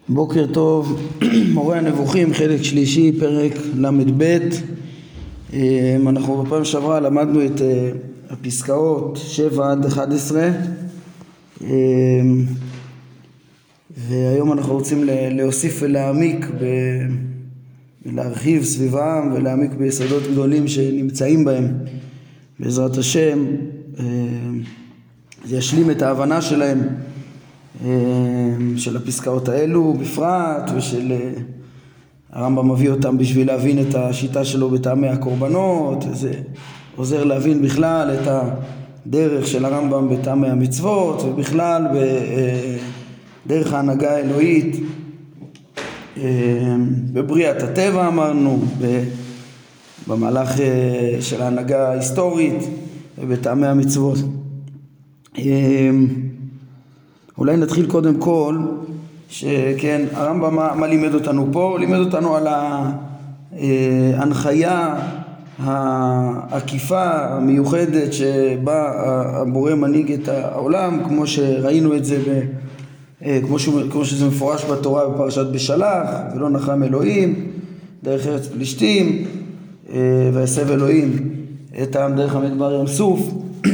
בוקר טוב, מורה הנבוכים, חלק שלישי, פרק ל"ב. אנחנו בפעם שעברה למדנו את הפסקאות 7 עד 11, והיום אנחנו רוצים להוסיף ולהעמיק, להרחיב סביבם ולהעמיק ביסודות גדולים שנמצאים בהם. בעזרת השם זה ישלים את ההבנה שלהם, של הפסקאות האלו בפרט, ושל הרמב"ם מביא אותם בשביל להבין את השיטה שלו בטעמי הקורבנות. זה עוזר להבין בכלל את הדרך של הרמב"ם בטעמי המצוות, ובכלל בדרך ההנהגה האלוהית בבריאת הטבע, אמרנו, במהלך של ההנהגה ההיסטורית ובטעמי המצוות. אולי נתחיל קודם כל, שכן, הרמב"ם מה לימד אותנו פה? לימד אותנו על ההנחיה העקיפה המיוחדת שבה הבורא מנהיג את העולם, כמו שראינו את זה, כמו שזה מפורש בתורה בפרשת בשלח, ולא נחם אלוהים דרך ארץ פלישתים, ויסב אלוהים את העם דרך המדבר ים סוף,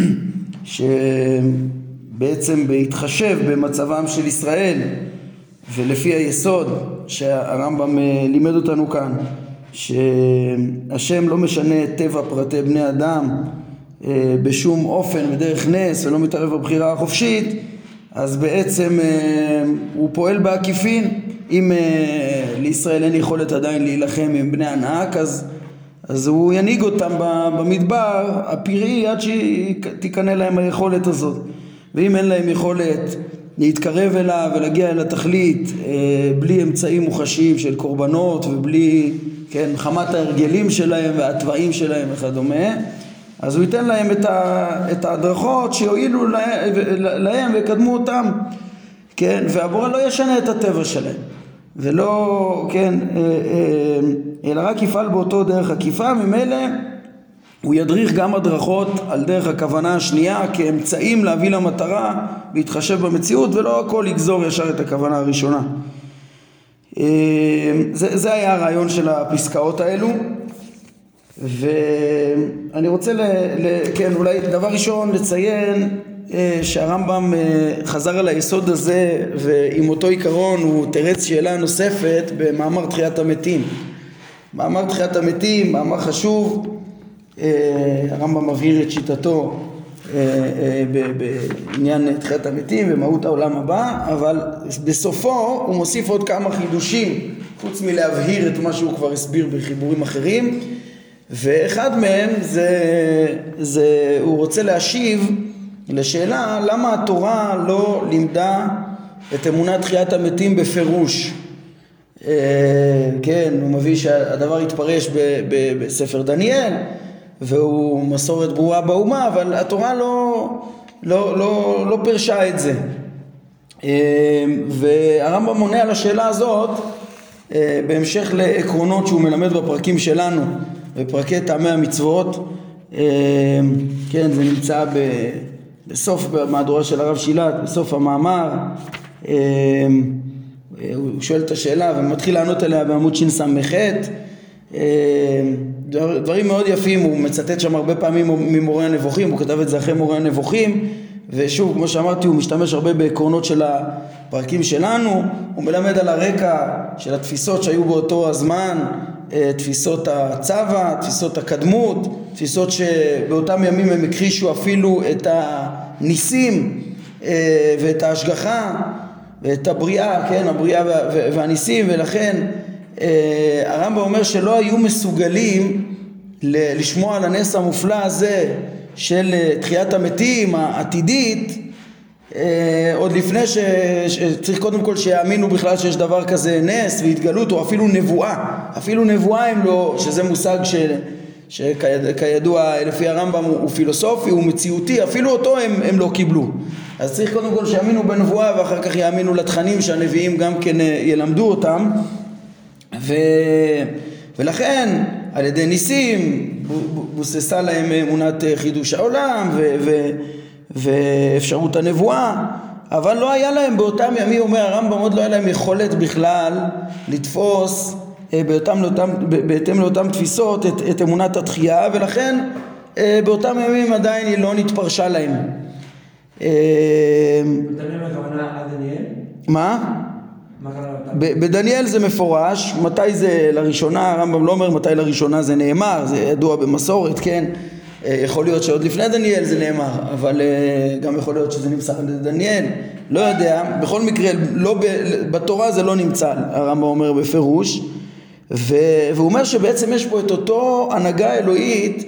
בעצם בהתחשב במצבם של ישראל ולפי היסוד שהרמב"ם לימד אותנו כאן, שהשם לא משנה את טבע פרטי בני אדם בשום אופן בדרך נס ולא מתערב בבחירה החופשית, אז בעצם הוא פועל בעקיפין. אם לישראל אין יכולת עדיין להילחם עם בני ענק, אז הוא ינהיג אותם במדבר הפראי עד שתיכנע להם היכולת הזאת. ואם אין להם יכולת להתקרב אליו ולהגיע אל התכלית בלי אמצעים מוחשיים של קורבנות ובלי חמת ההרגלים שלהם והטבעים שלהם וכדומה, אז הוא ייתן להם את ההדרכות שיועילו להם ויקדמו אותם, והבורא לא ישנה את הטבע שלהם ולא, אלא רק יפעל באותו דרך עקיפה. ממילא הוא ידריך גם הדרכות על דרך הכוונה השנייה כאמצעים להביא למטרה להתחשב במציאות, ולא הכל לגזור ישר את הכוונה הראשונה. זה היה הרעיון של הפסקאות האלו. ואני רוצה אולי דבר ראשון לציין שהרמב"ם חזר על היסוד הזה, ועם אותו עיקרון הוא תרץ שאלה נוספת במאמר תחיית המתים. מאמר תחיית המתים, מאמר חשוב. הרמב"ם מבהיר את שיטתו בעניין תחיית המתים ומהות העולם הבא, אבל בסופו הוא מוסיף עוד כמה חידושים חוץ מלהבהיר את מה שהוא כבר הסביר בחיבורים אחרים, ואחד מהם זה הוא רוצה להשיב לשאלה למה התורה לא לימדה את אמונת תחיית המתים בפירוש. הוא מביא שהדבר התפרש בספר דניאל והוא מסורת ברורה באומה, אבל התורה לא פרשה את זה. והרמב"ם עונה על השאלה הזאת בהמשך לעקרונות שהוא מלמד בפרקים שלנו, בפרקי טעמי המצוות. זה נמצא בסוף במהדורה של הרב שילת, בסוף המאמר. הוא שואל את השאלה ומתחיל לענות עליה בעמוד שס"ח. דברים מאוד יפים, הוא מצטט שם הרבה פעמים ממורה הנבוכים, הוא כתב את זה אחרי מורה הנבוכים, ושוב, כמו שאמרתי, הוא משתמש הרבה בעקרונות של הפרקים שלנו. הוא מלמד על הרקע של התפיסות שהיו באותו הזמן, תפיסות הצבא, תפיסות הקדמות, תפיסות שבאותם ימים הם הכחישו אפילו את הניסים ואת ההשגחה ואת הבריאה, הבריאה והניסים, ולכן הרמב"ם אומר שלא היו מסוגלים לשמוע על הנס המופלא הזה של תחיית המתים העתידית, עוד לפני שצריך קודם כל שיאמינו בכלל שיש דבר כזה נס והתגלות, או אפילו נבואה הם לא, שזה מושג שכידוע לפי הרמב"ם הוא פילוסופי, הוא מציאותי, אפילו אותו הם לא קיבלו. אז צריך קודם כל שיאמינו בנבואה ואחר כך יאמינו לתכנים שהנביאים גם כן ילמדו אותם. ולכן על ידי ניסים בוססה להם אמונת חידוש העולם ואפשרות הנבואה, אבל לא היה להם באותם ימים, אומר הרמב"ם, עוד לא היה להם יכולת בכלל לתפוס בהתאם לאותם תפיסות את אמונת התחייה, ולכן באותם ימים עדיין היא לא נתפרשה להם. מה? בדניאל זה מפורש, מתי זה לראשונה, הרמב"ם לא אומר מתי לראשונה זה נאמר, זה ידוע במסורת, כן? יכול להיות שעוד לפני דניאל זה נאמר, אבל גם יכול להיות שזה נמסר לדניאל, לא יודע, בכל מקרה בתורה זה לא נמצא, הרמב"ם אומר בפירוש, והוא אומר שבעצם יש פה את אותו הנהגה אלוהית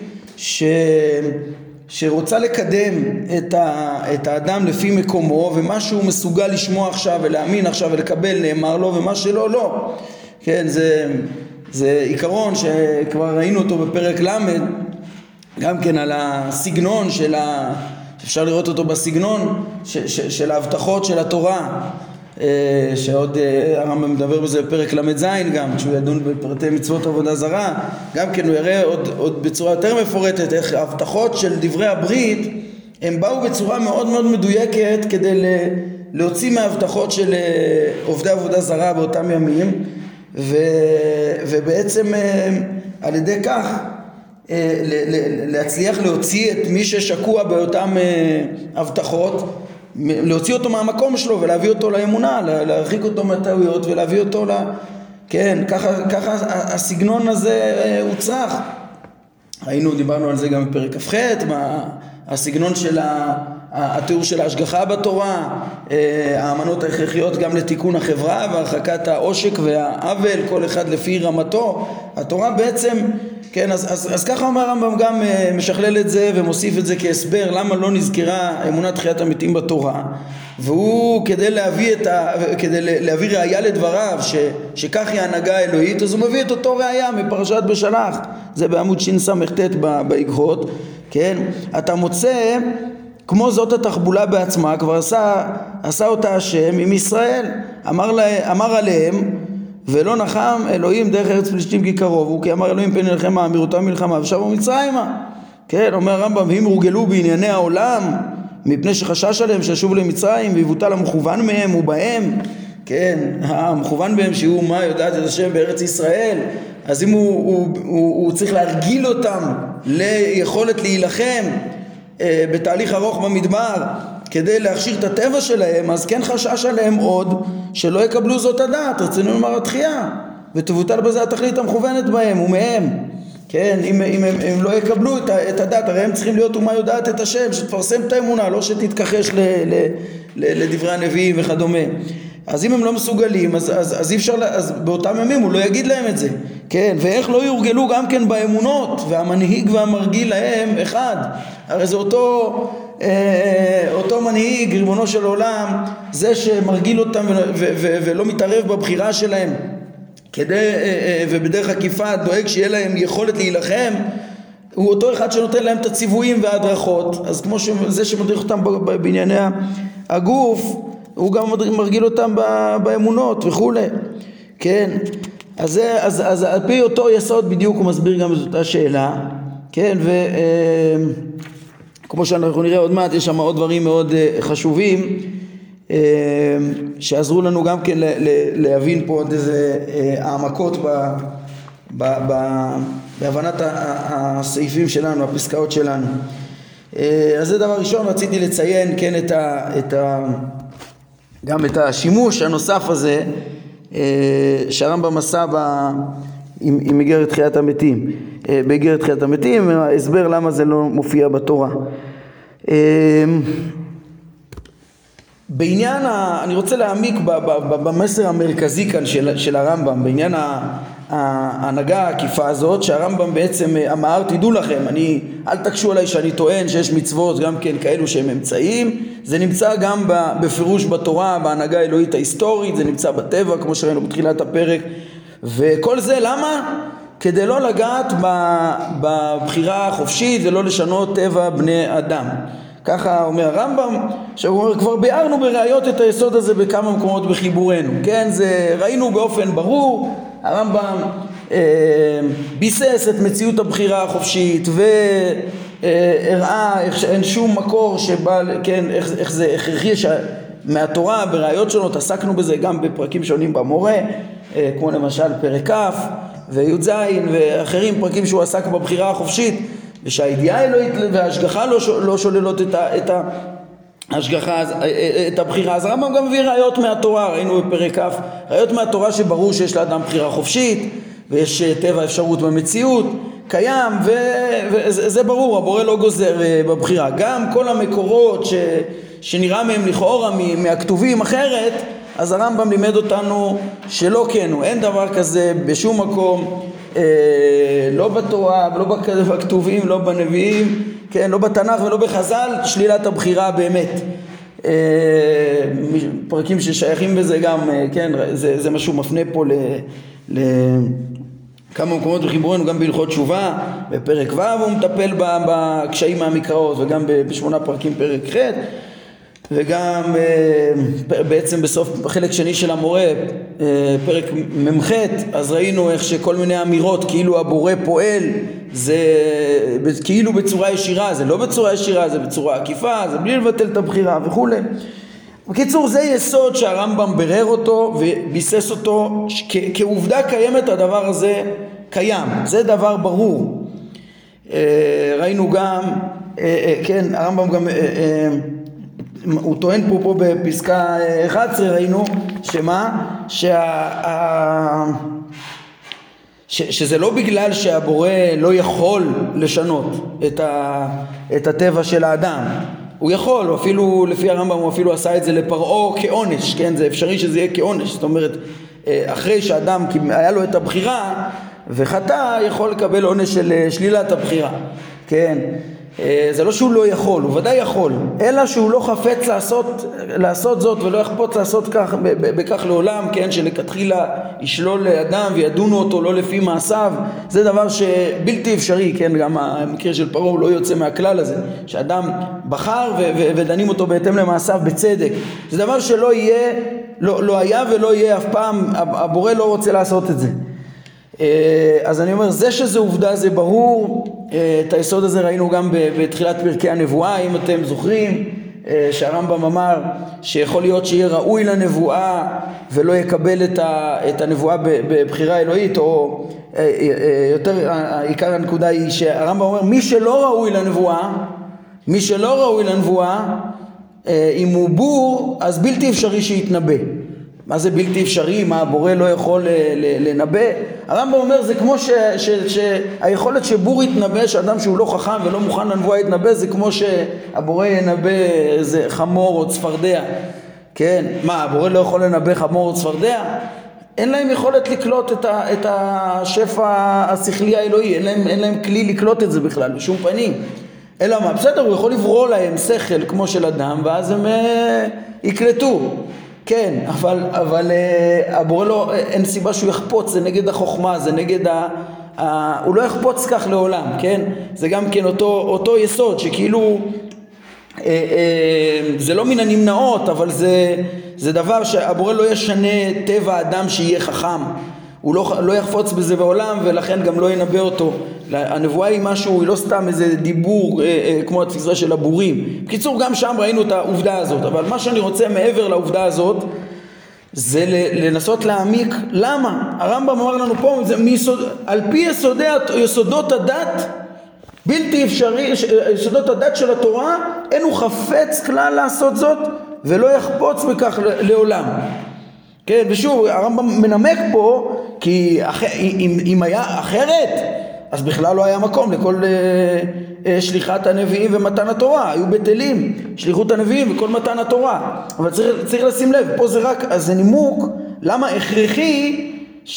שרוצה לקדם את האדם לפי מקומו, ומה שהוא מסוגל לשמוע עכשיו ולהאמין עכשיו ולקבל נאמר לו, ומה שלא לא. כן, זה עיקרון שכבר ראינו אותו בפרק למד, גם כן על הסגנון אפשר לראות אותו בסגנון של ההבטחות של התורה, שעוד הרמב"ם מדבר בזה בפרק למד זין גם, שהוא ידון בפרטי מצוות עבודה זרה, גם כן הוא יראה עוד בצורה יותר מפורטת איך ההבטחות של דברי הברית הם באו בצורה מאוד מאוד מדויקת כדי להוציא מההבטחות של עובדי עבודה זרה באותם ימים, ובעצם על ידי כך להצליח להוציא את מי ששקוע באותם הבטחות, להוציא אותו מהמקום שלו ולהביא אותו לאמונה, להרחיק אותו מהטעויות ולהביא אותו כן, ככה הסגנון הזה הוצרח. דיברנו על זה גם בפרק כ"ח, הסגנון של התיאור של ההשגחה בתורה, האמנות ההכרחיות גם לתיקון החברה והרחקת העושק והעוול, כל אחד לפי רמתו. התורה בעצם, כן, אז ככה אומר הרמב"ם גם משכלל את זה ומוסיף את זה כהסבר למה לא נזכרה אמונת תחיית המתים בתורה, והוא כדי להביא ראיה לדבריו שכך היא ההנהגה האלוהית, אז הוא מביא את אותו ראיה מפרשת בשלח, זה בעמוד שס"ט באגרות, כן, אתה מוצא כמו זאת התחבולה בעצמה, כבר עשה אותה השם עם ישראל, אמר עליהם ולא נחם אלוהים דרך ארץ פלישתים כי קרוב, כי אמר אלוהים פן אליכם מאמירותם מלחמה ושבו מצרימה. כן, אומר הרמב"ם, והם הורגלו בענייני העולם מפני שחשש עליהם שישובו למצרים ויבוטל המכוון מהם ובהם, כן, המכוון בהם שהוא מה יודעת את השם בארץ ישראל, אז אם הוא צריך להרגיל אותם ליכולת להילחם בתהליך ארוך במדבר כדי להכשיר את הטבע שלהם, אז כן חשש עליהם עוד שלא יקבלו זאת הדעת, רצינו לומר התחייה, ותבוטל בזה התכלית המכוונת בהם ומהם. כן, אם הם לא יקבלו את הדעת, הרי הם צריכים להיות אומה יודעת את השם, שתפרסם את האמונה, לא שתתכחש לדברי הנביאים וכדומה. אז אם הם לא מסוגלים, אז אי אפשר, אז באותם ימים הוא לא יגיד להם את זה. כן, ואיך לא יורגלו גם כן באמונות, והמנהיג והמרגיל להם אחד. הרי זה אותו מנהיג, ריבונו של עולם, זה שמרגיל אותם ולא מתערב בבחירה שלהם, ובדרך עקיפה דואג שיהיה להם יכולת להילחם, הוא אותו אחד שנותן להם את הציוויים וההדרכות. אז כמו זה שמדריך אותם בענייני הגוף, הוא גם מרגיל אותם באמונות וכו'. כן, אז על פי אותו יסוד בדיוק הוא מסביר גם את אותה שאלה. כן, וכמו שאנחנו נראה עוד מעט, יש שם עוד דברים מאוד חשובים שעזרו לנו גם כן להבין פה עוד איזה העמקות בהבנת הסעיפים שלנו, הפסקאות שלנו. אז זה דבר ראשון, רציתי לציין כן גם את השימוש הנוסף הזה שהרמב"ם עשה עם איגרת תחיית המתים, באיגרת תחיית המתים, הסבר למה זה לא מופיע בתורה. בעניין, אני רוצה להעמיק במסר המרכזי כאן של הרמב"ם, בעניין ההנהגה העקיפה הזאת, שהרמב"ם בעצם אמר, תדעו לכם, אל תקשו עליי שאני טוען שיש מצוות גם כן כאלו שהם אמצעים, זה נמצא גם בפירוש בתורה, בהנהגה האלוהית ההיסטורית, זה נמצא בטבע, כמו שראינו בתחילת הפרק, וכל זה למה? כדי לא לגעת בבחירה החופשית ולא לשנות טבע בני אדם. ככה אומר הרמב"ם, שהוא אומר, כבר ביארנו בראיות את היסוד הזה בכמה מקומות בחיבורנו, כן? זה ראינו באופן ברור, הרמב"ם ביסס את מציאות הבחירה החופשית והראה איך אין שום מקור שבא, כן, איך זה הכרחי מהתורה בראיות שונות, עסקנו בזה גם בפרקים שונים במורה, כמו למשל פרק כ' וי"ז ואחרים, פרקים שהוא עסק בבחירה החופשית, ושהידיעה האלוהית וההשגחה לא שוללות את ההשגחה, את הבחירה. אז הרמב"ם גם מביא ראיות מהתורה, ראינו בפרק כ', ראיות מהתורה שברור שיש לאדם בחירה חופשית, ויש טבע אפשרות במציאות, קיים, וזה ברור, הבורא לא גוזר בבחירה. גם כל המקורות שנראה מהם לכאורה מהכתובים אחרת, אז הרמב"ם לימד אותנו שלא כן, אין דבר כזה בשום מקום, לא בתורה, לא בכתובים, לא בנביאים, כן, לא בתנ"ך ולא בחז"ל, שלילת הבחירה באמת. פרקים ששייכים בזה גם, כן, זה משהו מפנה פה כמה מקומות בחיבורנו, גם בהלכות תשובה, בפרק ו' הוא מטפל בקשיים מהמקראות, וגם בשמונה פרקים פרק ח', וגם בעצם בסוף חלק שני של המורה, פרק ממ"ח, אז ראינו איך שכל מיני אמירות כאילו הבורא פועל, זה כאילו בצורה ישירה, זה לא בצורה ישירה, זה בצורה עקיפה, זה בלי לבטל את הבחירה וכו'. בקיצור, זה יסוד שהרמב"ם ברר אותו וביסס אותו, כעובדה קיימת הדבר הזה קיים, זה דבר ברור. ראינו גם, כן, הרמב"ם גם, הוא טוען פה בפסקה 11, ראינו שזה לא בגלל שהבורא לא יכול לשנות את הטבע של האדם, הוא יכול, אפילו לפי הרמב"ם הוא אפילו עשה את זה לפרעה כעונש, כן, זה אפשרי שזה יהיה כעונש, זאת אומרת אחרי שאדם היה לו את הבחירה וחטא, יכול לקבל עונש של שלילת הבחירה, כן, זה לא שהוא לא יכול, הוא ודאי יכול, אלא שהוא לא חפץ לעשות זאת ולא יחפוץ לעשות בכך לעולם, כן, שלכתחילה ישלול לאדם וידונו אותו לא לפי מעשיו, זה דבר שבלתי אפשרי, כן, גם המקרה של פרעה הוא לא יוצא מהכלל הזה, שאדם בחר ודנים אותו בהתאם למעשיו בצדק, זה דבר שלא יהיה, לא היה ולא יהיה אף פעם, הבורא לא רוצה לעשות את זה. אז אני אומר, זה שזה עובדה זה ברור, את היסוד הזה ראינו גם בתחילת פרקי הנבואה, אם אתם זוכרים, שהרמב"ם אמר שיכול להיות שיהיה ראוי לנבואה ולא יקבל את הנבואה בבחירה אלוהית, או יותר, עיקר הנקודה היא שהרמב"ם אומר, מי שלא ראוי לנבואה, אם הוא בור, אז בלתי אפשרי שיתנבא. מה זה בלתי אפשרי? מה, הבורא לא יכול לנבא? הרמב"ם אומר, זה כמו שהיכולת שבור יתנבא, שאדם שהוא לא חכם ולא מוכן לנבואה יתנבא, זה כמו שהבורא ינבא איזה חמור או צפרדע. כן, מה, הבורא לא יכול לנבא חמור או צפרדע? אין להם יכולת לקלוט את השפע השכלי האלוהי, אין להם כלי לקלוט את זה בכלל, בשום פנים. אלא מה, בסדר, הוא יכול לברוא להם שכל כמו של אדם, ואז הם יקלטו. כן, אבל הבורא לא, אין סיבה שהוא יחפוץ, זה נגד החוכמה, זה נגד הוא לא יחפוץ כך לעולם, כן? זה גם כן אותו יסוד, שכאילו זה לא מן הנמנעות, אבל זה דבר שהבורא לא ישנה טבע אדם שיהיה חכם, הוא לא יחפוץ בזה בעולם, ולכן גם לא ינבא אותו. הנבואה היא משהו, היא לא סתם איזה דיבור כמו התפיסה של הבורים. בקיצור, גם שם ראינו את העובדה הזאת, אבל מה שאני רוצה מעבר לעובדה הזאת זה לנסות להעמיק למה. הרמב"ם אמר לנו פה, על פי יסודות הדת בלתי אפשרי, יסודות הדת של התורה, אין הוא חפץ כלל לעשות זאת ולא יחפוץ בכך לעולם. כן, ושוב, הרמב"ם מנמק פה, כי אם היה אחרת, אז בכלל לא היה מקום לכל שליחת הנביאים ומתן התורה, היו בטלים, שליחות הנביאים וכל מתן התורה. אבל צריך לשים לב, פה זה רק, אז זה נימוק, למה הכרחי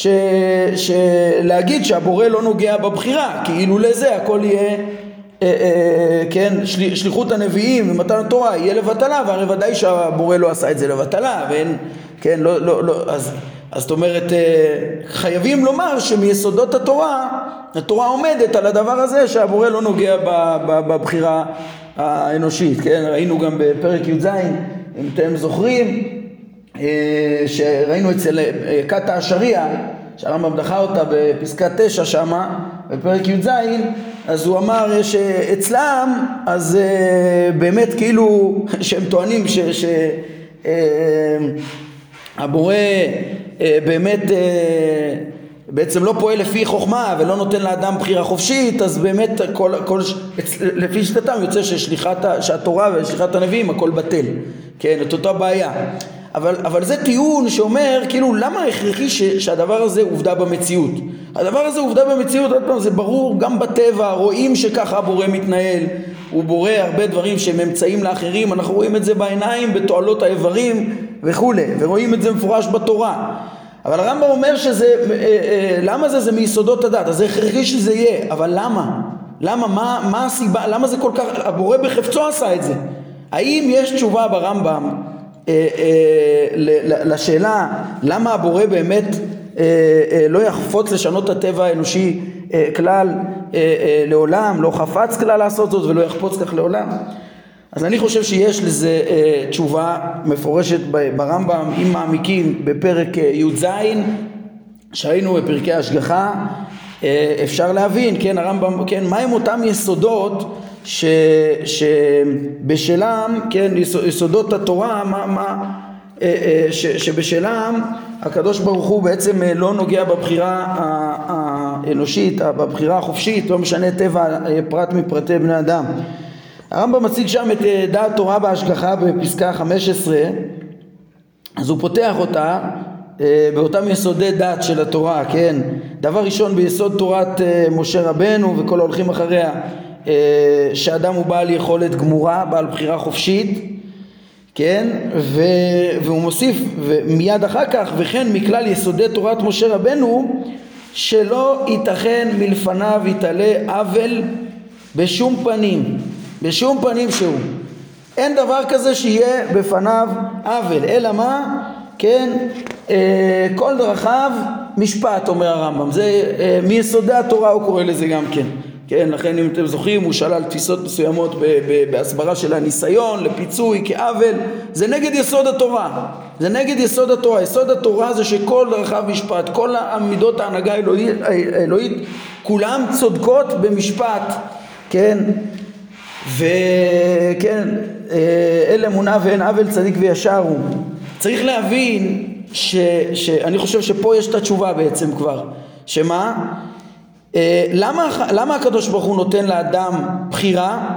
להגיד שהבורא לא נוגע בבחירה, כי אילו לזה הכל יהיה, כן, שליחות הנביאים ומתן התורה יהיה לבטלה, והרי ודאי שהבורא לא עשה את זה לבטלה, ואין, כן, לא, אז זאת אומרת, חייבים לומר שמיסודות התורה עומדת על הדבר הזה שהבורא לא נוגע בבחירה האנושית, כן? ראינו גם בפרק י"ז, אם אתם זוכרים, שראינו אצל כת השריעה, שהרמב"ם דחה אותה בפסקה 9 שמה, בפרק י"ז, אז הוא אמר שאצלם, אז באמת כאילו שהם טוענים שהבורא באמת בעצם לא פועל לפי חוכמה ולא נותן לאדם בחירה חופשית, אז באמת לפי שיטתם יוצא שהתורה ושליחת הנביאים הכל בטל, כן, את אותה בעיה. אבל זה טיעון שאומר, כאילו, למה הכרחי שהדבר הזה עובדה במציאות? הדבר הזה עובדה במציאות, זה ברור, גם בטבע, רואים שככה הבורא מתנהל, הוא בורא הרבה דברים שהם אמצעים לאחרים, אנחנו רואים את זה בעיניים, בתועלות האיברים וכו', ורואים את זה מפורש בתורה. אבל הרמב"ם אומר שזה, למה זה מיסודות הדת? אז זה הכרחי שזה יהיה, אבל למה? מה הסיבה? למה זה כל כך, הבורא בחפצו עשה את זה? האם יש תשובה ברמב"ם לשאלה למה הבורא באמת לא יחפוץ לשנות את הטבע האנושי כלל לעולם, לא חפץ כלל לעשות זאת ולא יחפוץ כך לעולם? אז אני חושב שיש לזה תשובה מפורשת ברמב"ם, אם מעמיקים בפרק י"ז שהיינו בפרקי השגחה, אפשר להבין, כן, הרמב"ם, כן, מהם אותם יסודות שבשלם, כן, יסודות התורה, שבשלם הקדוש ברוך הוא בעצם לא נוגע בבחירה האנושית, בבחירה החופשית, לא משנה טבע פרט מפרטי בני אדם. הרמב"ם מציג שם את דעת תורה בהשגחה בפסקה 15, אז הוא פותח אותה באותם יסודי דת של התורה, כן, דבר ראשון ביסוד תורת משה רבנו וכל ההולכים אחריה, שאדם הוא בעל יכולת גמורה, בעל בחירה חופשית, כן, והוא מוסיף מיד אחר כך, וכן מכלל יסודי תורת משה רבנו שלא ייתכן מלפניו יתעלה עוול בשום פנים שהוא. אין דבר כזה שיהיה בפניו עוול, אלא מה? כן, כל דרכיו משפט, אומר הרמב"ם. זה מיסודי התורה הוא קורא לזה גם כן. כן, לכן אם אתם זוכרים, הוא שלל תפיסות מסוימות בהסברה של הניסיון לפיצוי כעוול. זה נגד יסוד התורה. זה נגד יסוד התורה. יסוד התורה זה שכל דרכיו משפט, כל המידות ההנהגה האלוהית, כולם צודקות במשפט, כן? וכן, אל אמונה ואין עוול צדיק וישר הוא. צריך להבין שאני חושב שפה יש את התשובה בעצם כבר. שמה? למה הקדוש ברוך הוא נותן לאדם בחירה?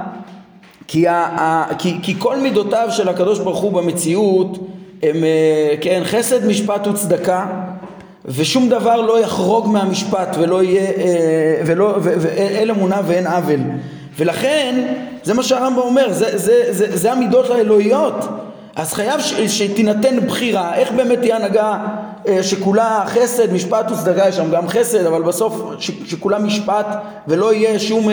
כי כל מידותיו של הקדוש ברוך הוא במציאות הם, כן, חסד, משפט וצדקה, ושום דבר לא יחרוג מהמשפט ולא יהיה, אל אמונה ואין עוול. ולכן זה מה שהרמב"ם אומר, זה המידות האלוהיות. אז חייב שתינתן בחירה, איך באמת תהיה הנהגה שכולה חסד, משפט וצדקה, יש שם גם חסד, אבל בסוף שכולה משפט ולא יהיה שום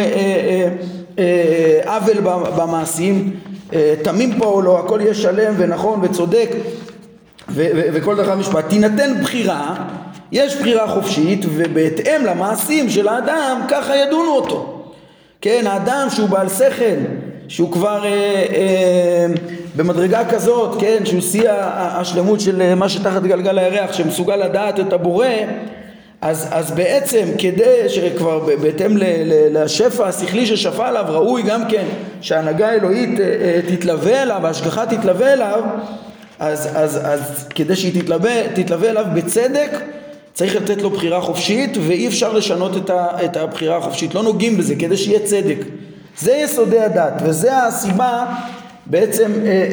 עוול במעשים, תמים פה או לא, הכל יהיה שלם ונכון וצודק וכל דבר משפט. תינתן בחירה, יש בחירה חופשית, ובהתאם למעשים של האדם ככה ידונו אותו. כן, האדם שהוא בעל שכל, שהוא כבר במדרגה כזאת, כן, שהוא שיא השלמות של מה שתחת גלגל הירח, שמסוגל לדעת את הבורא, אז בעצם כדי שכבר בהתאם לשפע השכלי ששפע עליו, ראוי גם כן שההנהגה האלוהית תתלווה אליו, ההשגחה תתלווה אליו, אז כדי שהיא תתלווה אליו בצדק, צריך לתת לו בחירה חופשית, ואי אפשר לשנות את הבחירה החופשית, לא נוגעים בזה, כדי שיהיה צדק. זה יסודי הדת, וזה הסיבה בעצם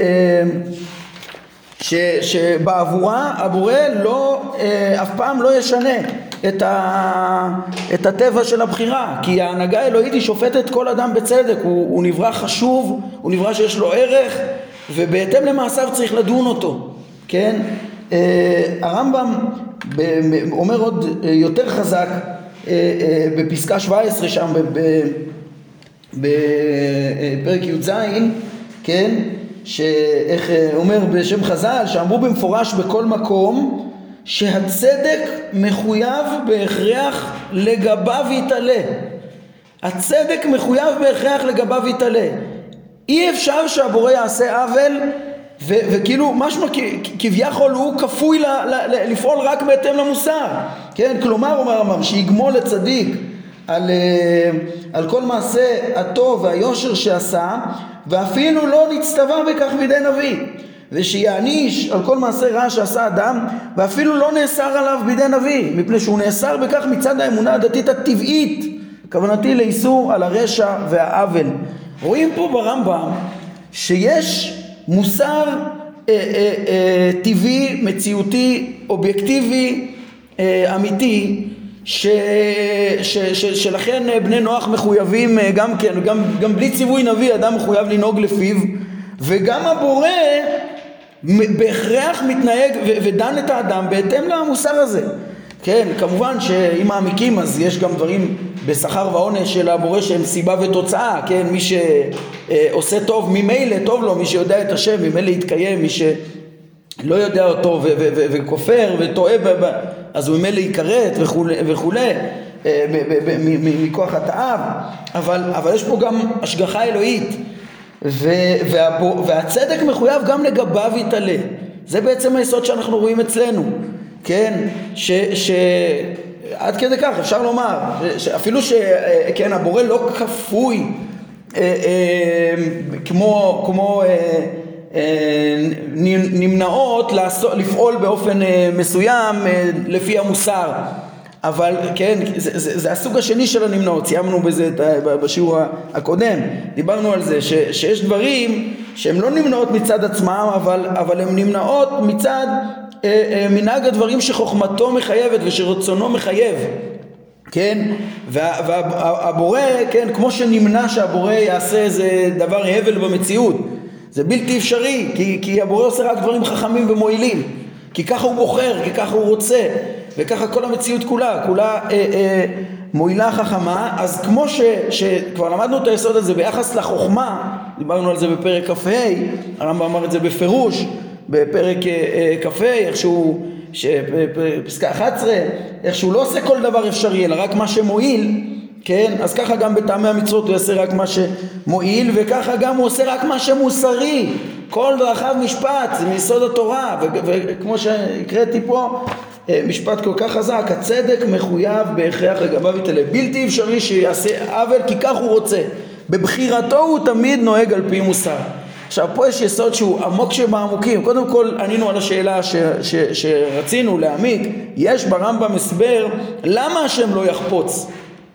שבעבורה הבורא אף פעם לא ישנה את הטבע של הבחירה, כי ההנהגה האלוהית היא שופטת כל אדם בצדק, הוא נברא חשוב, הוא נברא שיש לו ערך, ובהתאם למעשיו צריך לדון אותו, כן? הרמב"ם אומר עוד יותר חזק בפסקה 17 שם בפרק י"ז, כן, שאיך אומר בשם חז"ל, שאמרו במפורש בכל מקום שהצדק מחויב בהכרח לגביו יתעלה. הצדק מחויב בהכרח לגביו יתעלה. אי אפשר שהבורא יעשה עוול וכאילו משמע כביכול הוא כפוי לפעול רק בהתאם למוסר, כן? כלומר אומר הרמב"ם שיגמול לצדיק על כל מעשה הטוב והיושר שעשה, ואפילו לא נצטווה בכך בידי נביא. ושיעניש על כל מעשה רע שעשה אדם, ואפילו לא נאסר עליו בידי נביא, מפני שהוא נאסר בכך מצד האמונה הדתית הטבעית, כוונתי לאיסור על הרשע והעוול. רואים פה ברמב"ם שיש מוסר טבעי, מציאותי, אובייקטיבי, אמיתי, שלכן בני נוח מחויבים גם כן, גם בלי ציווי נביא אדם מחויב לנהוג לפיו, וגם הבורא בהכרח מתנהג ודן את האדם בהתאם למוסר הזה. כן, כמובן שאם מעמיקים אז יש גם דברים בשכר ועונש של הבורא שהם סיבה ותוצאה, כן, מי שעושה טוב ממילא טוב לו, מי שיודע את השם ממילא יתקיים, מי שלא יודע אותו וכופר וטועה אז הוא ממילא יקראת וכו' מכוח התאב, אבל יש פה גם השגחה אלוהית, והצדק מחויב גם לגביו יתעלה. זה בעצם היסוד שאנחנו רואים אצלנו, כן, עד כדי כך אפשר לומר אפילו שכן הבורא לא כפוי כמו נמנעות לפעול באופן מסוים לפי המוסר, אבל כן, זה הסוג השני של הנמנעות, סיימנו בזה בשיעור הקודם, דיברנו על זה שיש דברים שהם לא נמנעות מצד עצמם, אבל הם נמנעות מצד מנהג הדברים שחוכמתו מחייבת ושרצונו מחייב, כן, והבורא, כן, כמו שנמנע שהבורא יעשה איזה דבר הבל במציאות, זה בלתי אפשרי, כי הבורא עושה רק דברים חכמים ומועילים, כי ככה הוא בוחר, כי ככה הוא רוצה, וככה כל המציאות כולה מועילה חכמה. אז כמו שכבר למדנו את היסוד הזה ביחס לחוכמה, דיברנו על זה בפרק כ"ה, הרמב"ם אמר את זה בפירוש בפרק כ"ה, איכשהו פסקה 11, איכשהו לא עושה כל דבר אפשרי אלא רק מה שמועיל, כן, אז ככה גם בטעמי המצוות הוא יעשה רק מה שמועיל, וככה גם הוא עושה רק מה שמוסרי, כל דרכיו משפט, זה מיסוד התורה, וכמו שהקראתי פה משפט כל כך חזק, הצדק מחויב בהכרח לגביו יתעלה, בלתי אפשרי שיעשה עוול כי כך הוא רוצה, בבחירתו הוא תמיד נוהג על פי מוסר. עכשיו פה יש יסוד שהוא עמוק שבעמוקים. קודם כל ענינו על השאלה שרצינו להעמיק, יש ברמב"ם הסבר למה השם לא יחפוץ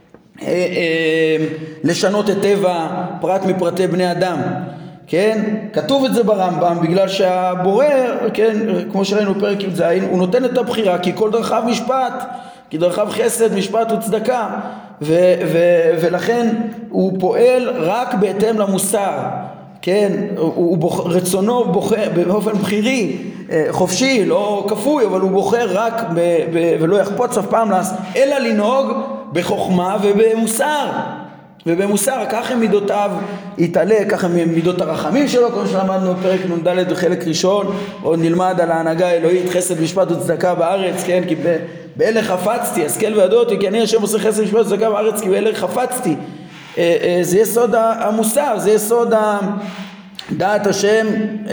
לשנות את טבע פרט מפרטי בני אדם, כן, כתוב את זה ברמב"ם בגלל שהבורא, כן, כמו שראינו בפרק י"ז, הוא נותן את הבחירה כי כל דרכיו משפט, כי דרכיו חסד, משפט וצדקה, ולכן הוא פועל רק בהתאם למוסר, כן, רצונו בוחר באופן בחירי, חופשי, לא כפוי, אבל הוא בוחר רק ולא יחפוץ אף פעם אלא לנהוג בחוכמה ובמוסר, ככה מידותיו יתעלה, ככה מידות הרחמים שלו, כמו שלמדנו בפרק נ"ד בחלק ראשון, עוד נלמד על ההנהגה האלוהית, חסד משפט וצדקה בארץ, כן, כי באלה חפצתי, השכל וידעו אותי, כי אני השם עושה חסד משפט וצדקה בארץ, כי באלה חפצתי. זה יסוד המוסר, זה יסוד דעת השם,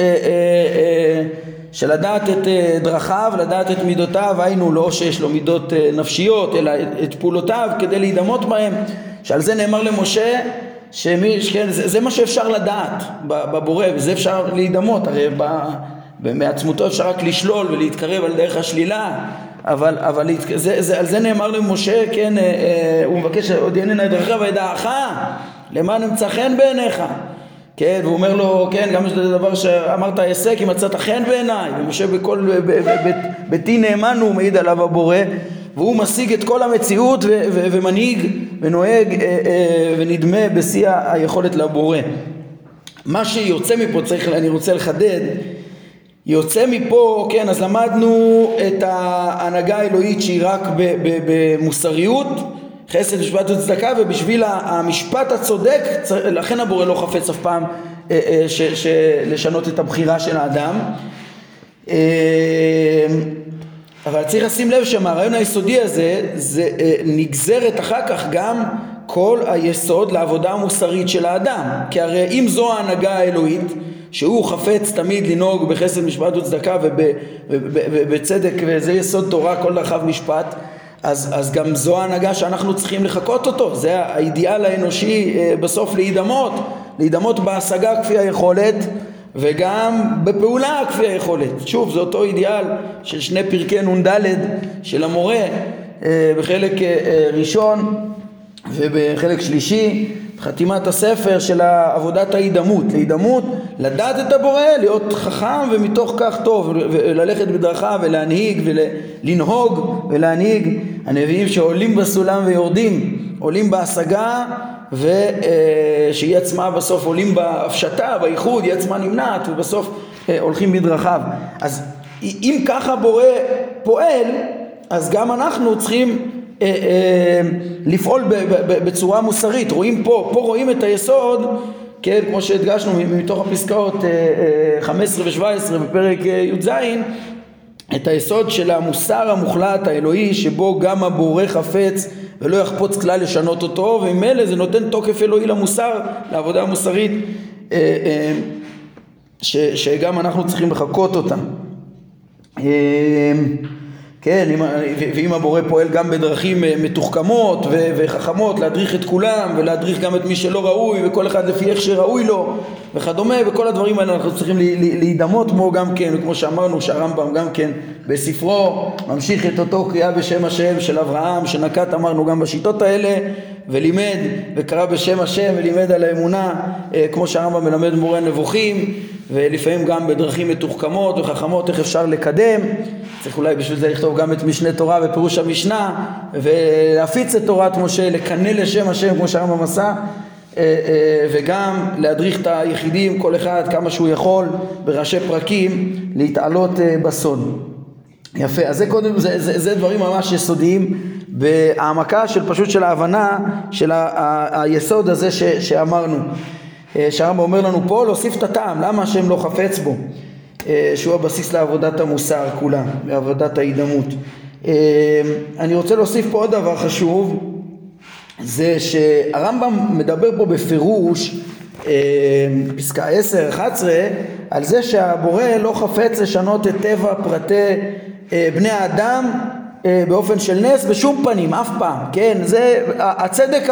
של לדעת את דרכיו, לדעת את מידותיו, היינו לא שיש לו מידות נפשיות, אלא את פעולותיו כדי להידמות בהם, שעל זה נאמר למשה, כן, זה מה שאפשר לדעת בבורא, וזה אפשר להידמות, הרי מעצמותו אפשר רק לשלול ולהתקרב על דרך השלילה, אבל על זה נאמר למשה, כן, הוא מבקש עוד יננה את דרכיו וידעך למען אמצא חן בעיניך, כן, והוא אומר לו, כן, גם יש דבר שאמרת עשה כי מצאת חן בעיניי, ומשה בכל ביתי נאמן הוא מעיד עליו הבורא, והוא משיג את כל המציאות ומנהיג ונוהג ונדמה בשיא היכולת לבורא. מה שיוצא מפה, אני רוצה לחדד, יוצא מפה, כן, אז למדנו את ההנהגה האלוהית שהיא רק במוסריות, חסד משפט וצדקה, ובשביל המשפט הצודק, לכן הבורא לא חפץ אף פעם לשנות את הבחירה של האדם. אבל צריך לשים לב שהרעיון היסודי הזה, זה נגזרת אחר כך גם כל היסוד לעבודה המוסרית של האדם. כי הרי אם זו ההנהגה האלוהית, שהוא חפץ תמיד לנהוג בחסד משפט וצדקה ובצדק, וזה יסוד תורה כל דרכיו משפט, אז גם זו ההנהגה שאנחנו צריכים לחכות אותו, זה האידיאל האנושי בסוף להידמות בהשגה כפי היכולת, וגם בפעולה כפי היכולת. שוב, זה אותו אידיאל של שני פרקי נ"ד של המורה בחלק ראשון ובחלק שלישי, חתימת הספר של עבודת ההידמות. להידמות, לדעת את הבורא, להיות חכם ומתוך כך טוב, וללכת בדרכה ולהנהיג ולנהוג ולהנהיג. הנביאים שעולים בסולם ויורדים, עולים בהשגה, ושהיא עצמה בסוף עולים בהפשטה, בייחוד, היא עצמה נמנעת, ובסוף הולכים בדרכיו. אז אם ככה בורא פועל, אז גם אנחנו צריכים לפעול בצורה מוסרית. רואים פה רואים את היסוד, כן, כמו שהדגשנו מתוך הפסקאות 15 ו-17 בפרק י"ז, את היסוד של המוסר המוחלט האלוהי, שבו גם הבורא חפץ ולא יחפוץ כלל לשנות אותו, וממילא זה נותן תוקף אלוהי למוסר, לעבודה המוסרית שגם אנחנו צריכים לחקות אותה. כן, ואם הבורא פועל גם בדרכים מתוחכמות וחכמות להדריך את כולם ולהדריך גם את מי שלא ראוי, וכל אחד לפי איך שראוי לו וכדומה, וכל הדברים האלה אנחנו צריכים להידמות בו גם כן, וכמו שאמרנו שהרמב"ם גם כן בספרו ממשיך את אותו קריאה בשם השם של אברהם שנקט, אמרנו גם בשיטות האלה, ולימד וקרא בשם השם ולימד על האמונה, כמו שהרמב"ם מלמד מורה נבוכים, ולפעמים גם בדרכים מתוחכמות וחכמות איך אפשר לקדם. צריך אולי בשביל זה לכתוב גם את משנה תורה ופירוש המשנה, ולהפיץ את תורת משה, לקנא לשם השם כמו שהרמב"ם עשה, וגם להדריך את היחידים, כל אחד כמה שהוא יכול בראשי פרקים, להתעלות בסוד. יפה, אז זה קודם, זה דברים ממש יסודיים בהעמקה של פשוט של ההבנה של היסוד הזה שאמרנו. שהרמב"ם אומר לנו פה להוסיף את הטעם, למה השם לא חפץ בו, שהוא הבסיס לעבודת המוסר כולה, לעבודת ההידמות. אני רוצה להוסיף פה עוד דבר חשוב, זה שהרמב"ם מדבר פה בפירוש, פסקה 10-11, על זה שהבורא לא חפץ לשנות את טבע פרטי בני האדם באופן של נס בשום פנים, אף פעם. כן, זה הצדק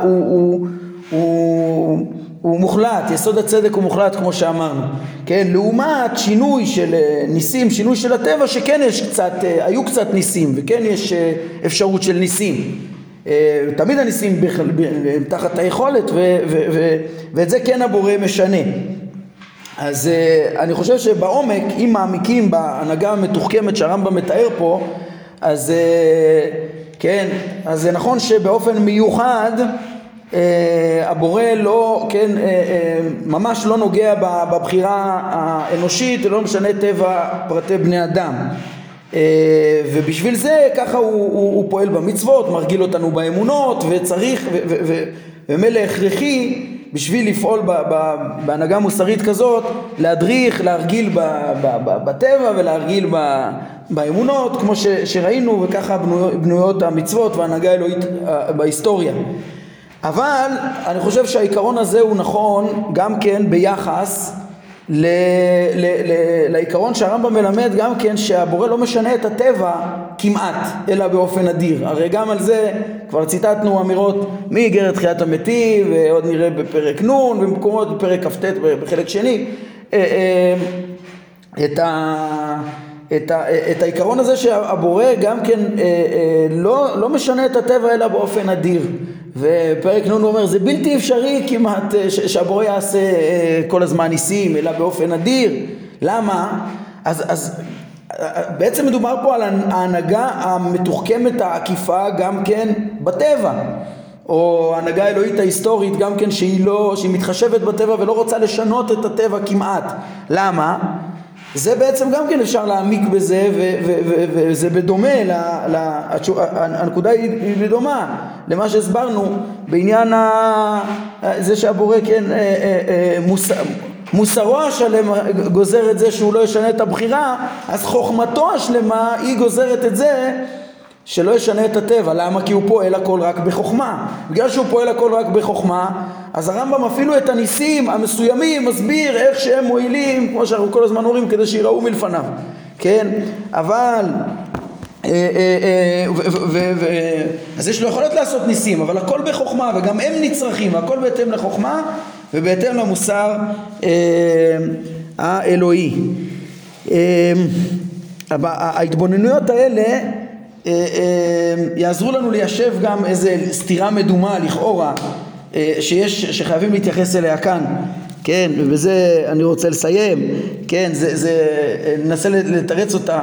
הוא מוחלט, יסוד הצדק הוא מוחלט כמו שאמרנו, כן, לעומת שינוי של ניסים, שינוי של הטבע, שכן יש קצת, היו קצת ניסים, וכן יש אפשרות של ניסים, תמיד הניסים תחת היכולת, ואת זה כן הבורא משנה. אז אני חושב שבעומק, אם מעמיקים בהנהגה המתוחכמת שהרמב"ם מתאר פה, אז כן, אז זה נכון שבאופן מיוחד הבורא לא, כן, ממש לא נוגע בבחירה האנושית, לא משנה טבע פרטי בני אדם, ובשביל זה ככה הוא פועל במצוות, מרגיל אותנו באמונות, וצריך ומלא הכרחי בשביל לפעול בהנהגה מוסרית כזאת, להדריך, להרגיל בטבע ולהרגיל באמונות, כמו שראינו, וככה בנויות המצוות וההנהגה האלוהית בהיסטוריה. אבל אני חושב שהעיקרון הזה הוא נכון גם כן ביחס לעיקרון שהרמב"ם מלמד גם כן, שהבורא לא משנה את הטבע כמעט, אלא באופן אדיר. הרי גם על זה כבר ציטטנו אמירות מאיגרת תחיית המתים, ועוד נראה בפרק נ' ובמקומות בפרק כ"ט בחלק שני, את העיקרון הזה שהבורא גם כן לא משנה את הטבע אלא באופן אדיר. ופרק נ' הוא אומר, זה בלתי אפשרי כמעט שהבורא יעשה כל הזמן ניסים, אלא באופן אדיר. למה? אז בעצם מדובר פה על ההנהגה המתוחכמת העקיפה גם כן בטבע, או ההנהגה האלוהית ההיסטורית גם כן שהיא מתחשבת בטבע ולא רוצה לשנות את הטבע כמעט. למה? זה בעצם גם כן אפשר להעמיק בזה, וזה בדומה, הנקודה היא בדומה למה שהסברנו בעניין זה שהבורא כן מוסרו השלם גוזר את זה שהוא לא ישנה את הבחירה, אז חוכמתו השלמה היא גוזרת את זה שלא ישנה את הטבע. למה? כי הוא פועל הכל רק בחוכמה. בגלל שהוא פועל הכל רק בחוכמה, אז הרמב"ם אפילו את הניסים המסוימים מסביר איך שהם מועילים, כמו שאנחנו כל הזמן אומרים, כדי שיראו מלפניו. כן? אבל אז יש לו יכולת לעשות ניסים, אבל הכל בחוכמה, וגם הם נצרכים, הכל בהתאם לחוכמה ובהתאם למוסר האלוהי. ההתבוננויות האלה יעזרו לנו ליישב גם איזה סתירה מדומה לכאורה שחייבים להתייחס אליה כאן, כן, ובזה אני רוצה לסיים, כן, ננסה לתרץ אותה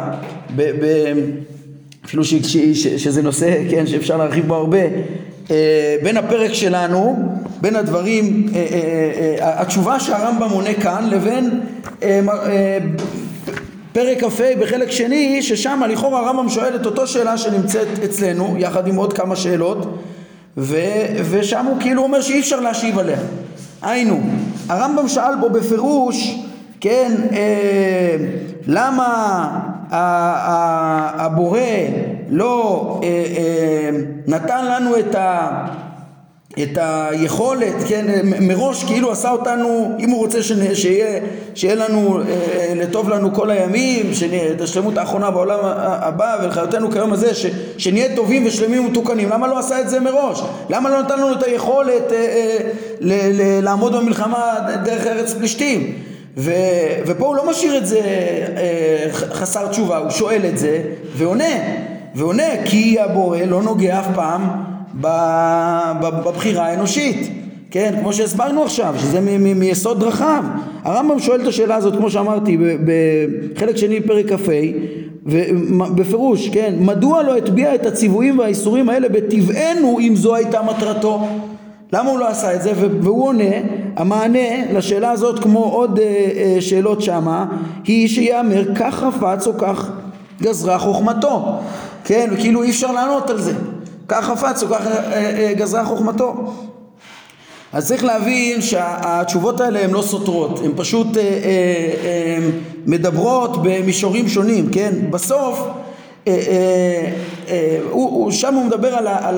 אפילו שזה נושא, כן, שאפשר להרחיב בו הרבה, בין הפרק שלנו, בין הדברים, התשובה שהרמב"ם מונה כאן לבין פרק כ"ה בחלק שני, ששם לכאורה הרמב"ם שואל את אותו שאלה שנמצאת אצלנו יחד עם עוד כמה שאלות, ושם הוא כאילו אומר שאי אפשר להשיב עליה. היינו, הרמב"ם שאל בו בפירוש, כן, למה הבורא לא נתן לנו את היכולת, כן, מראש כאילו עשה אותנו, אם הוא רוצה שיהיה לנו לטוב לנו כל הימים, את השלמות האחרונה בעולם הבא ולחיותנו כיום הזה, שנהיה טובים ושלמים ומתוקנים, למה לא עשה את זה מראש? למה לא נתן לנו את היכולת לעמוד במלחמה דרך ארץ פלישתים? ופה הוא לא משאיר את זה חסר תשובה, הוא שואל את זה ועונה, כי הבורא לא נוגע אף פעם בבחירה האנושית, כן, כמו שהסברנו עכשיו, שזה מיסוד רחב. הרמב"ם שואל את השאלה הזאת, כמו שאמרתי, בחלק שני פרק כ"ה, ובפירוש, כן, מדוע לא הטביע את הציוויים והאיסורים האלה בטבענו אם זו הייתה מטרתו? למה הוא לא עשה את זה? והוא עונה, המענה לשאלה הזאת, כמו עוד שאלות שמה, היא שיאמר כך חפץ או כך גזרה חוכמתו, כן, וכאילו אי אפשר לענות על זה, כך חפץ או כך גזרה חוכמתו. אז צריך להבין שהתשובות האלה הן לא סותרות, הן פשוט מדברות במישורים שונים, כן? בסוף שם הוא מדבר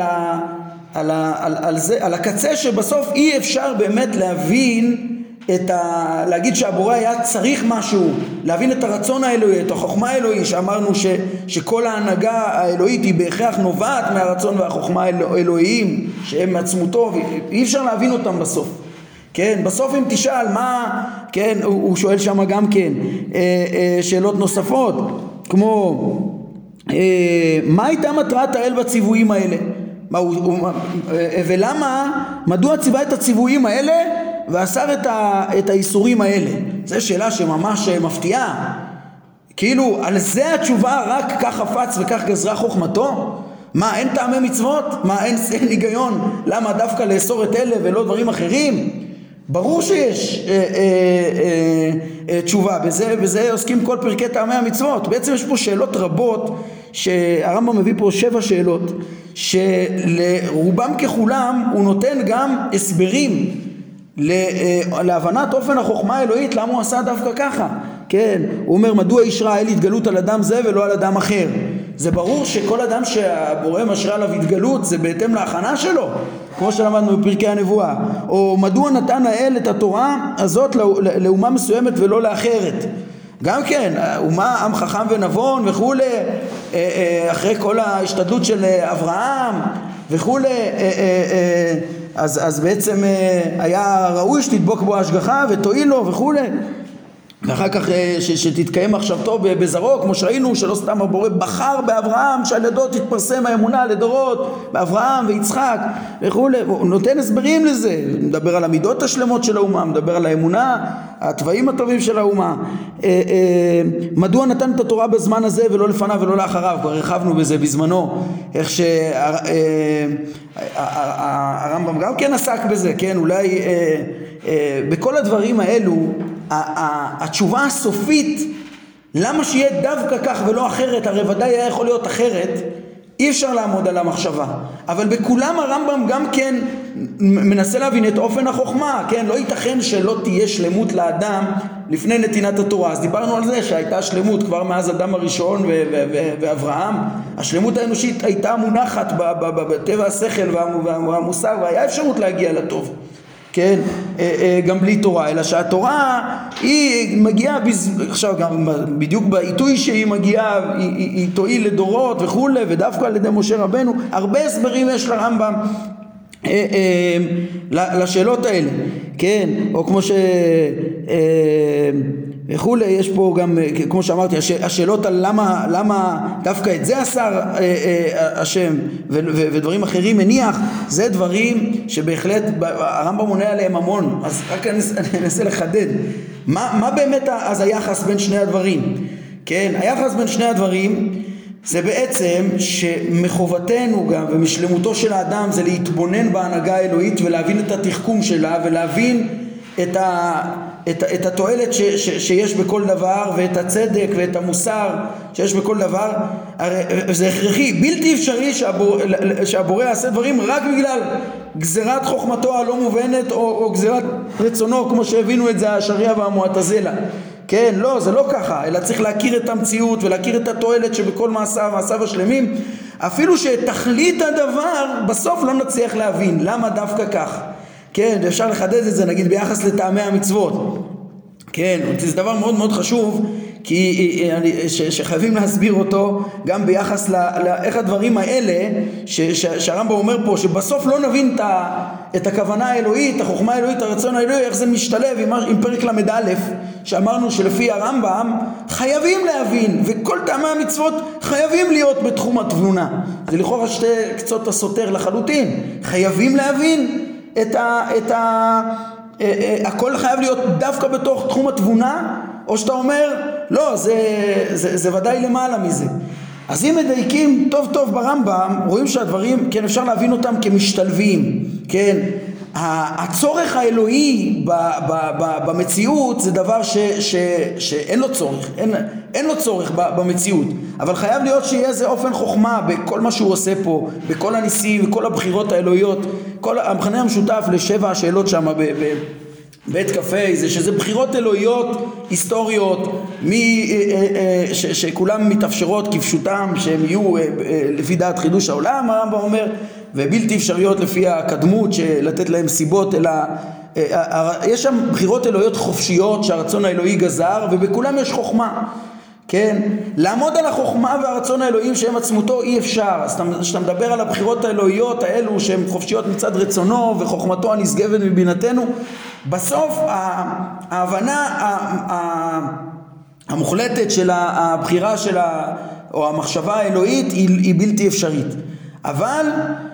על הקצה, שבסוף אי אפשר באמת להבין להגיד שהבורא היה צריך משהו, להבין את הרצון האלוהי, את החוכמה האלוהי, שאמרנו שכל ההנהגה האלוהית היא בהכרח נובעת מהרצון והחוכמה האלוהיים שהם מעצמותו, אי אפשר להבין אותם בסוף, כן? בסוף אם תשאל מה, כן, הוא שואל שם גם כן שאלות נוספות, כמו מה הייתה מטרת האל בציוויים האלה? ולמה, מדוע ציווה את הציוויים האלה ואסר את האיסורים האלה? זו שאלה שממש מפתיעה, כאילו על זה התשובה רק כך חפץ וכך גזרה חוכמתו? מה, אין טעמי מצוות? מה, אין היגיון? למה דווקא לאסור את אלה ולא דברים אחרים? ברור שיש תשובה, בזה עוסקים כל פרקי טעמי המצוות. בעצם יש פה שאלות רבות, שהרמב"ם מביא פה 7 שאלות, שלרובם ככולם הוא נותן גם הסברים להבנת אופן החוכמה האלוהית, למה הוא עשה דווקא ככה, כן? הוא אומר, מדוע אישרה האל התגלות על אדם זה ולא על אדם אחר? זה ברור שכל אדם שהבורא משרה עליו התגלות זה בהתאם להכנה שלו, כמו שלמדנו בפרקי הנבואה. או מדוע נתן האל את התורה הזאת לאומה מסוימת ולא לאחרת? גם כן, אומה עם חכם ונבון וכולי, אחרי כל ההשתדלות של אברהם וכולי, אז בעצם היה ראוי שתדבוק בו השגחה ותועיל לו וכולי, ואחר כך שתתקיים מחשבתו בזרעו, כמו שראינו שלא סתם הבורא בחר באברהם שעל ידו תתפרסם האמונה לדורות, באברהם ויצחק וכולי. הוא נותן הסברים לזה, מדבר על המידות השלמות של האומה, מדבר על האמונה, הטבעים הטובים של האומה. מדוע נתן את התורה בזמן הזה ולא לפניו ולא לאחריו? כבר הרחבנו בזה בזמנו, איך שהרמב"ם גם כן עסק בזה, כן? אולי בכל הדברים האלו התשובה הסופית למה שיהיה דווקא כך ולא אחרת, הרי ודאי היה יכול להיות אחרת, אי אפשר לעמוד על המחשבה, אבל בכולם הרמב"ם גם כן מנסה להבין את אופן החוכמה, כן? לא ייתכן שלא תהיה שלמות לאדם לפני נתינת התורה. אז דיברנו על זה שהייתה שלמות כבר מאז אדם הראשון ואברהם, השלמות האנושית הייתה מונחת בטבע השכל והמוסר, והיה אפשרות להגיע לטוב, כן, גם בלי תורה, אלא שהתורה היא מגיעה עכשיו גם בדיוק בעיתוי שהיא מגיעה, היא תועיל לדורות וכולי, ודווקא על ידי משה רבנו. הרבה הסברים יש לרמב"ם לשאלות האלה, כן, או כמו וכולי. יש פה גם, כמו שאמרתי, השאלות על למה דווקא את זה עשה השם ודברים אחרים מניח, זה דברים שבהחלט הרמב"ם עונה עליהם המון. אז רק אני אנסה לחדד מה באמת אז היחס בין שני הדברים. כן, היחס בין שני הדברים זה בעצם שמחובתנו גם ומשלמותו של האדם זה להתבונן בהנהגה האלוהית ולהבין את התחכום שלה ולהבין את התועלת שיש בכל דבר ואת הצדק ואת המוסר שיש בכל דבר. זה הכרחי, בלתי אפשרי שהבורא יעשה דברים רק בגלל גזירת חוכמתו הלא מובנת או גזירת רצונו, כמו שהבינו את זה השריעה והמועתזלה. כן, לא, זה לא ככה, אלא צריך להכיר את המציאות ולהכיר את התועלת שבכל מעשיו השלמים, אפילו שתכלית הדבר בסוף לא נצליח להבין למה דווקא כך. כן, אפשר לחדד את זה נגיד ביחס לטעמי המצוות. כן, זה דבר מאוד מאוד חשוב, כי שחייבים להסביר אותו גם ביחס לאיך הדברים האלה שהרמב"ם אומר פה, שבסוף לא נבין את הכוונה האלוהית, החוכמה האלוהית, הרצון האלוהי, איך זה משתלב עם פרק למד א', שאמרנו שלפי הרמב"ם חייבים להבין, וכל טעמי המצוות חייבים להיות בתחום התבונה. זה לכאורה שתי קצות הסותר לחלוטין. חייבים להבין הכל חייב להיות דווקא בתוך תחום התבונה, או שאתה אומר לא, זה ודאי למעלה מזה. אז אם מדייקים טוב טוב ברמב"ם, רואים שהדברים, כן, אפשר להבין אותם כמשתלבים. כן, הצורך האלוהי במציאות זה דבר שאין לו צורך, אין לו צורך במציאות, אבל חייב להיות שיהיה איזה אופן חוכמה בכל מה שהוא עושה פה, בכל הניסים וכל הבחירות האלוהיות. כל המכנה המשותף לשבע השאלות שם בית קפה זה שזה בחירות אלוהיות היסטוריות שכולם מתאפשרות כפשוטם, שהם יהיו לפי דעת חידוש העולם, הרמב"ם אומר, ובלתי אפשריות לפי הקדמות שלתת להם סיבות, אלא יש שם בחירות אלוהיות חופשיות שהרצון האלוהי גזר, ובכולם יש חוכמה. כן, לעמוד על החוכמה והרצון האלוהים שהם עצמותו אי אפשר. אז כשאתה מדבר על הבחירות האלוהיות האלו שהן חופשיות מצד רצונו וחוכמתו הנשגבת מבינתנו, בסוף ההבנה המוחלטת של הבחירה או המחשבה האלוהית היא בלתי אפשרית. אבל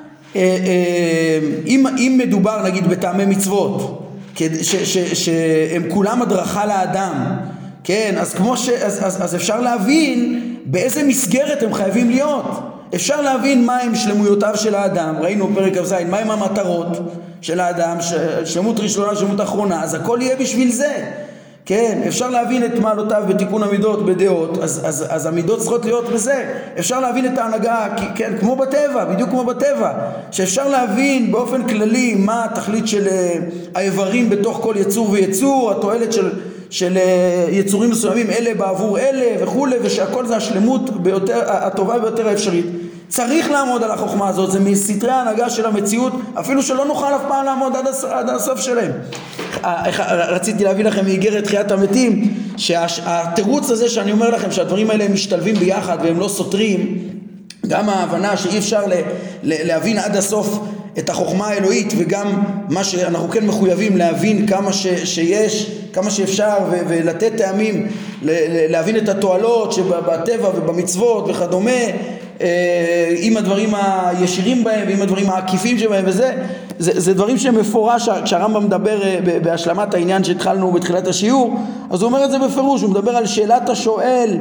אם מדובר נגיד בטעמי מצוות שהם כולם הדרכה לאדם, כן, אז אפשר להבין באיזה מסגרת הם חייבים להיות. אפשר להבין מהם שלמויותיו של האדם, ראינו פרק כ"ז, מהם המטרות של האדם, שלמות ראשונה, שלמות אחרונה, אז הכל יהיה בשביל זה. כן, אפשר להבין את מעלותיו בתיקון המידות בדעות, אז המידות צריכות להיות בזה. אפשר להבין את ההנהגה, כן, כמו בטבע, בדיוק כמו בטבע, שאפשר להבין באופן כללי מה התכלית של האיברים בתוך כל יצור ויצור, התועלת של יצורים מסוימים אלה בעבור אלה וכולי, ושהכל זה השלמות ביותר, הטובה ביותר האפשרית. צריך לעמוד על החוכמה הזאת, זה מסתרי ההנהגה של המציאות, אפילו שלא נוכל אף פעם לעמוד עד הסוף שלהם. רציתי להביא לכם מאיגרת תחיית המתים, שהתירוץ הזה שאני אומר לכם שהדברים האלה הם משתלבים ביחד והם לא סותרים, גם ההבנה שאי אפשר להבין עד הסוף את החוכמה האלוהית, וגם מה שאנחנו כן מחויבים להבין כמה שאפשר ולתת טעמים, להבין את התועלות שבטבע ובמצוות וכדומה, עם הדברים הישירים בהם ועם הדברים העקיפים שבהם, זה דברים שמפורש כשהרמב"ם מדבר בהשלמת העניין שהתחלנו בתחילת השיעור, אז הוא אומר את זה בפירוש. הוא מדבר על שאלת השואל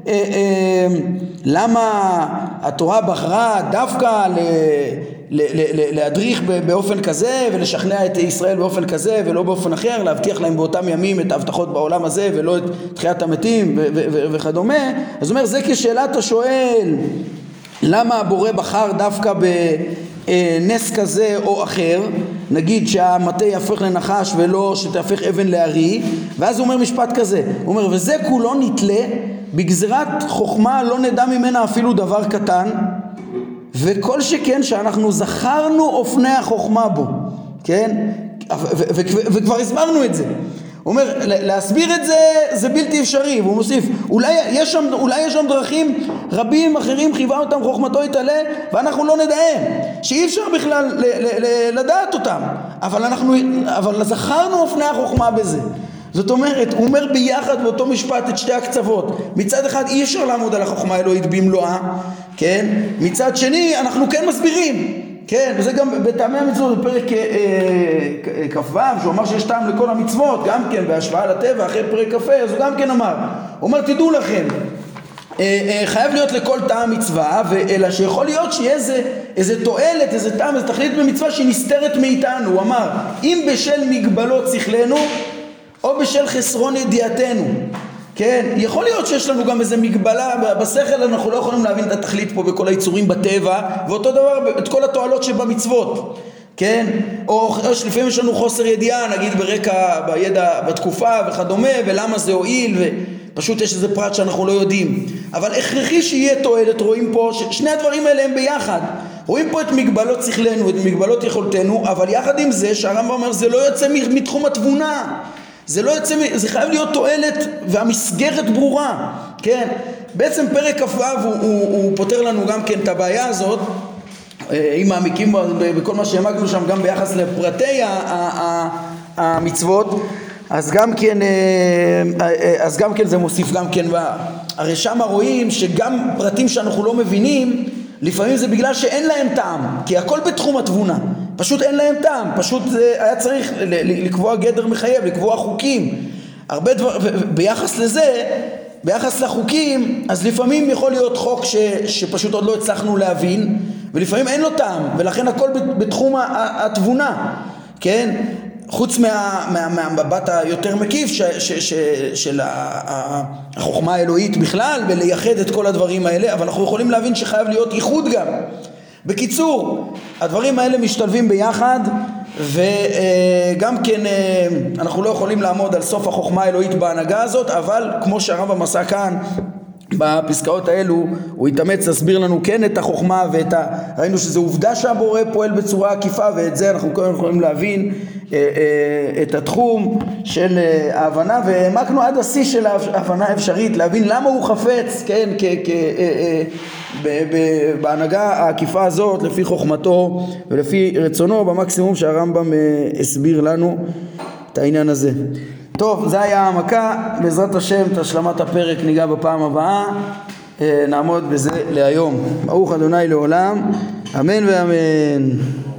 למה התורה בחרה דווקא להדריך באופן כזה ולשכנע את ישראל באופן כזה ולא באופן אחר, להבטיח להם באותם ימים את ההבטחות בעולם הזה ולא את תחיית המתים וכדומה. אז הוא אומר, זה כשאלת השואל למה הבורא בחר דווקא בנס כזה או אחר, נגיד שהמטה יהפך לנחש ולא שתהפך אבן לארי, ואז הוא אומר משפט כזה, הוא אומר, וזה כולו נתלה בגזירת חוכמה לא נדע ממנה אפילו דבר קטן, וכל שכן שאנחנו זכרנו אופני החוכמה בו, כן? וכבר הסברנו את זה. הוא אומר, להסביר את זה בלתי אפשרי, והוא מוסיף, אולי יש שם דרכים רבים אחרים חיווה אותם חוכמתו יתעלה, ואנחנו לא נדעם, שאי אפשר בכלל לדעת אותם, אבל זכרנו אופני החוכמה בזה. זאת אומרת, הוא אומר ביחד באותו משפט את שתי הקצוות. מצד אחד אי אפשר לעמוד על החוכמה האלוהית במלואה, כן? מצד שני אנחנו כן מסבירים, כן? וזה גם בטעמי המצוות בפרק כ"ו, שהוא אמר שיש טעם לכל המצוות, גם כן בהשוואה לטבע, אחרי פרק כ"ה, אז הוא גם כן אמר, הוא אומר תדעו לכם, חייב להיות לכל טעם מצווה, אלא שיכול להיות שיהיה איזה תועלת, איזה טעם, איזה תכלית במצווה שהיא נסתרת מאיתנו. הוא אמר, אם בשל מגבלות שכלנו או בשל חסרון ידיעתנו, כן, יכול להיות שיש לנו גם איזה מגבלה בשכל, אנחנו לא יכולים להבין את התכלית פה בכל היצורים בטבע, ואותו דבר את כל התועלות שבמצוות, כן, או לפעמים יש לנו חוסר ידיעה, נגיד ברקע, בידע, בתקופה וכדומה, ולמה זה הועיל, ופשוט יש איזה פרט שאנחנו לא יודעים, אבל הכרחי שיהיה תועלת. רואים פה ששני הדברים האלה הם ביחד, רואים פה את מגבלות שכלנו, את מגבלות יכולתנו, אבל יחד עם זה שהרמב"ם אומר זה לא יוצא מתחום התבונה, זה לא יוצא, זה חייב להיות תועלת והמסגרת ברורה, כן? בעצם פרק כ"ו הוא פותר לנו גם כן את הבעיה הזאת, אם מעמיקים בכל מה שהעמקנו שם גם ביחס לפרטי המצוות, אז גם כן זה מוסיף גם כן, הרי שם רואים שגם פרטים שאנחנו לא מבינים, לפעמים זה בגלל שאין להם טעם, כי הכל בתחום התבונה, פשוט אין להם טעם, פשוט היה צריך לקבוע גדר מחייב, לקבוע חוקים, הרבה דבר, ביחס לזה, ביחס לחוקים, אז לפעמים יכול להיות חוק שפשוט עוד לא הצלחנו להבין, ולפעמים אין לו טעם, ולכן הכל בתחום התבונה, כן? חוץ מהמבט היותר מקיף של החוכמה האלוהית בכלל, ולייחד את כל הדברים האלה, אבל אנחנו יכולים להבין שחייב להיות ייחוד גם. בקיצור, הדברים האלה משתלבים ביחד, וגם כן אנחנו לא יכולים לעמוד על סוף החוכמה האלוהית בהנהגה הזאת, אבל כמו שהרמב"ם עשה כאן בפסקאות האלו, הוא התאמץ להסביר לנו כן את החוכמה, ראינו שזה עובדה שהבורא פועל בצורה עקיפה, ואת זה אנחנו כן יכולים להבין את התחום של ההבנה, והעמקנו עד השיא של ההבנה האפשרית, להבין למה הוא חפץ, כן, בהנהגה העקיפה הזאת, לפי חוכמתו ולפי רצונו, במקסימום שהרמב"ם הסביר לנו את העניין הזה. טוב, זה היה העמקה, בעזרת השם את השלמת הפרק ניגע בפעם הבאה, נעמוד בזה להיום. ברוך ה' לעולם, אמן ואמן.